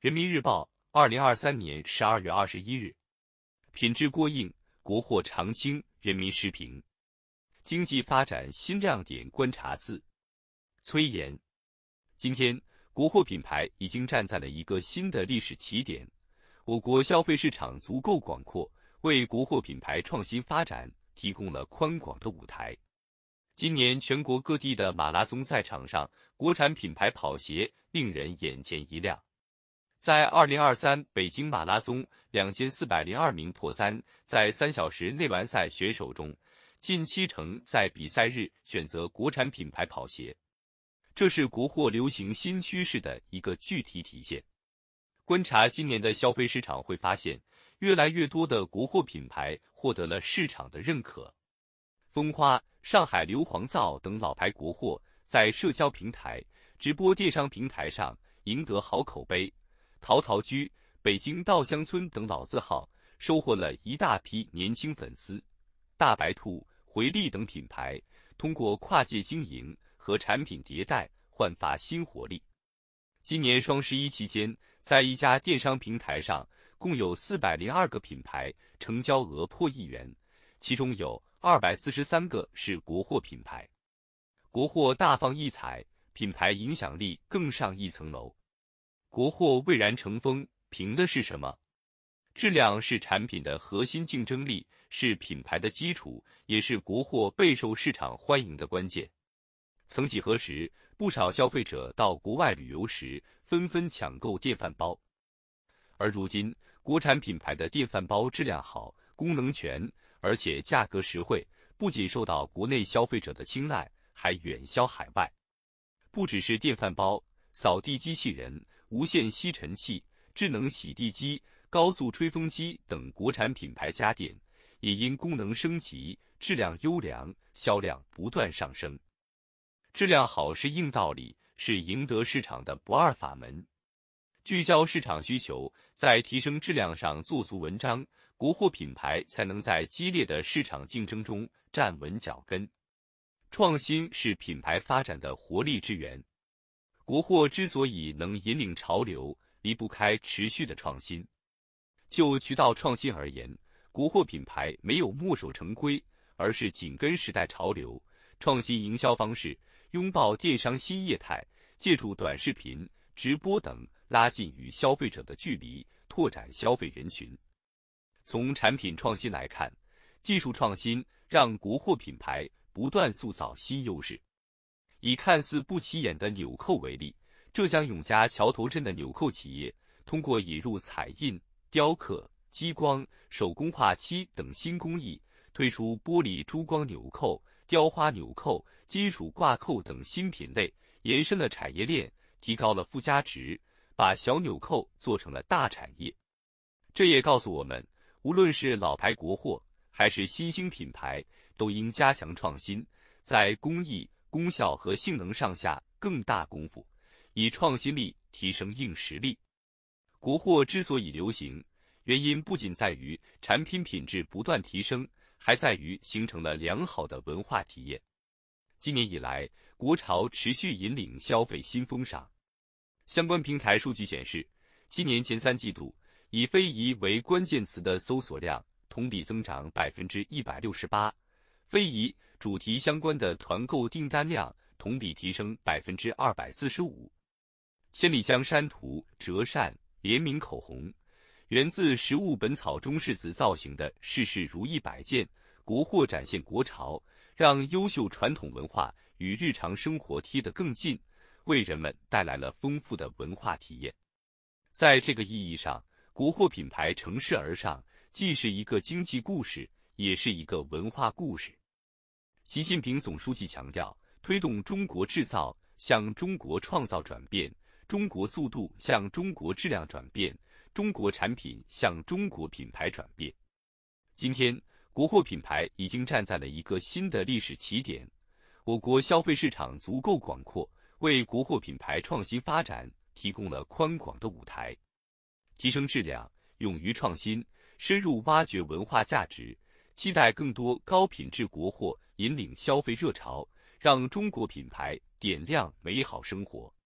人民日报，2023年12月21日，品质过硬，国货常青。人民时评：经济发展新亮点观察4。崔岩，今天，国货品牌已经站在了一个新的历史起点。我国消费市场足够广阔，为国货品牌创新发展提供了宽广的舞台。今年全国各地的马拉松赛场上，国产品牌跑鞋令人眼前一亮。在2023北京马拉松2402名破三在3小时内完赛选手中，近70%在比赛日选择国产品牌跑鞋，这是国货流行新趋势的一个具体体现。观察今年的消费市场会发现，越来越多的国货品牌获得了市场的认可。蜂花、上海硫磺皂等老牌国货在社交平台、直播电商平台上赢得好口碑。陶陶居、北京稻香村等老字号收获了一大批年轻粉丝。大白兔、回力等品牌通过跨界经营和产品迭代焕发新活力。今年双11期间，在一家电商平台上，共有402个品牌成交额破1亿元，其中有243个是国货品牌。国货大放异彩，品牌影响力更上一层楼。国货蔚然成风，凭的是什么？质量是产品的核心竞争力，是品牌的基础，也是国货备受市场欢迎的关键。曾几何时，不少消费者到国外旅游时纷纷抢购电饭煲，而如今，国产品牌的电饭煲质量好，功能全，而且价格实惠，不仅受到国内消费者的青睐，还远销海外。不只是电饭煲，扫地机器人、无线吸尘器、智能洗地机、高速吹风机等国产品牌家电，也因功能升级、质量优良，销量不断上升。质量好是硬道理，是赢得市场的不二法门。聚焦市场需求，在提升质量上做足文章，国货品牌才能在激烈的市场竞争中站稳脚跟。创新是品牌发展的活力之源。国货之所以能引领潮流，离不开持续的创新。就渠道创新而言，国货品牌没有墨守成规，而是紧跟时代潮流，创新营销方式，拥抱电商新业态，借助短视频、直播等拉近与消费者的距离，拓展消费人群。从产品创新来看，技术创新让国货品牌不断塑造新优势。以看似不起眼的纽扣为例，浙江永嘉桥头镇的纽扣企业通过引入彩印、雕刻、激光、手工画漆等新工艺，推出玻璃珠光纽扣、雕花纽扣、金属挂扣等新品类，延伸了产业链，提高了附加值，把小纽扣做成了大产业。这也告诉我们，无论是老牌国货还是新兴品牌，都应加强创新，在工艺、功效和性能上下更大功夫，以创新力提升硬实力。国货之所以流行，原因不仅在于产品品质不断提升，还在于形成了良好的文化体验。今年以来，国潮持续引领消费新风尚。相关平台数据显示，今年前3季度，以非遗为关键词的搜索量同比增长168%，非遗主题相关的团购订单量同比提升245%。千里江山图、折扇、联名口红，源自食物本草中式子造型的事事如意摆件，国货展现国潮，让优秀传统文化与日常生活贴得更近，为人们带来了丰富的文化体验。在这个意义上，国货品牌乘势而上，既是一个经济故事，也是一个文化故事。习近平总书记强调，推动中国制造向中国创造转变，中国速度向中国质量转变，中国产品向中国品牌转变。今天，国货品牌已经站在了一个新的历史起点。我国消费市场足够广阔，为国货品牌创新发展提供了宽广的舞台。提升质量，勇于创新，深入挖掘文化价值，期待更多高品质国货引领消费热潮，让中国品牌点亮美好生活。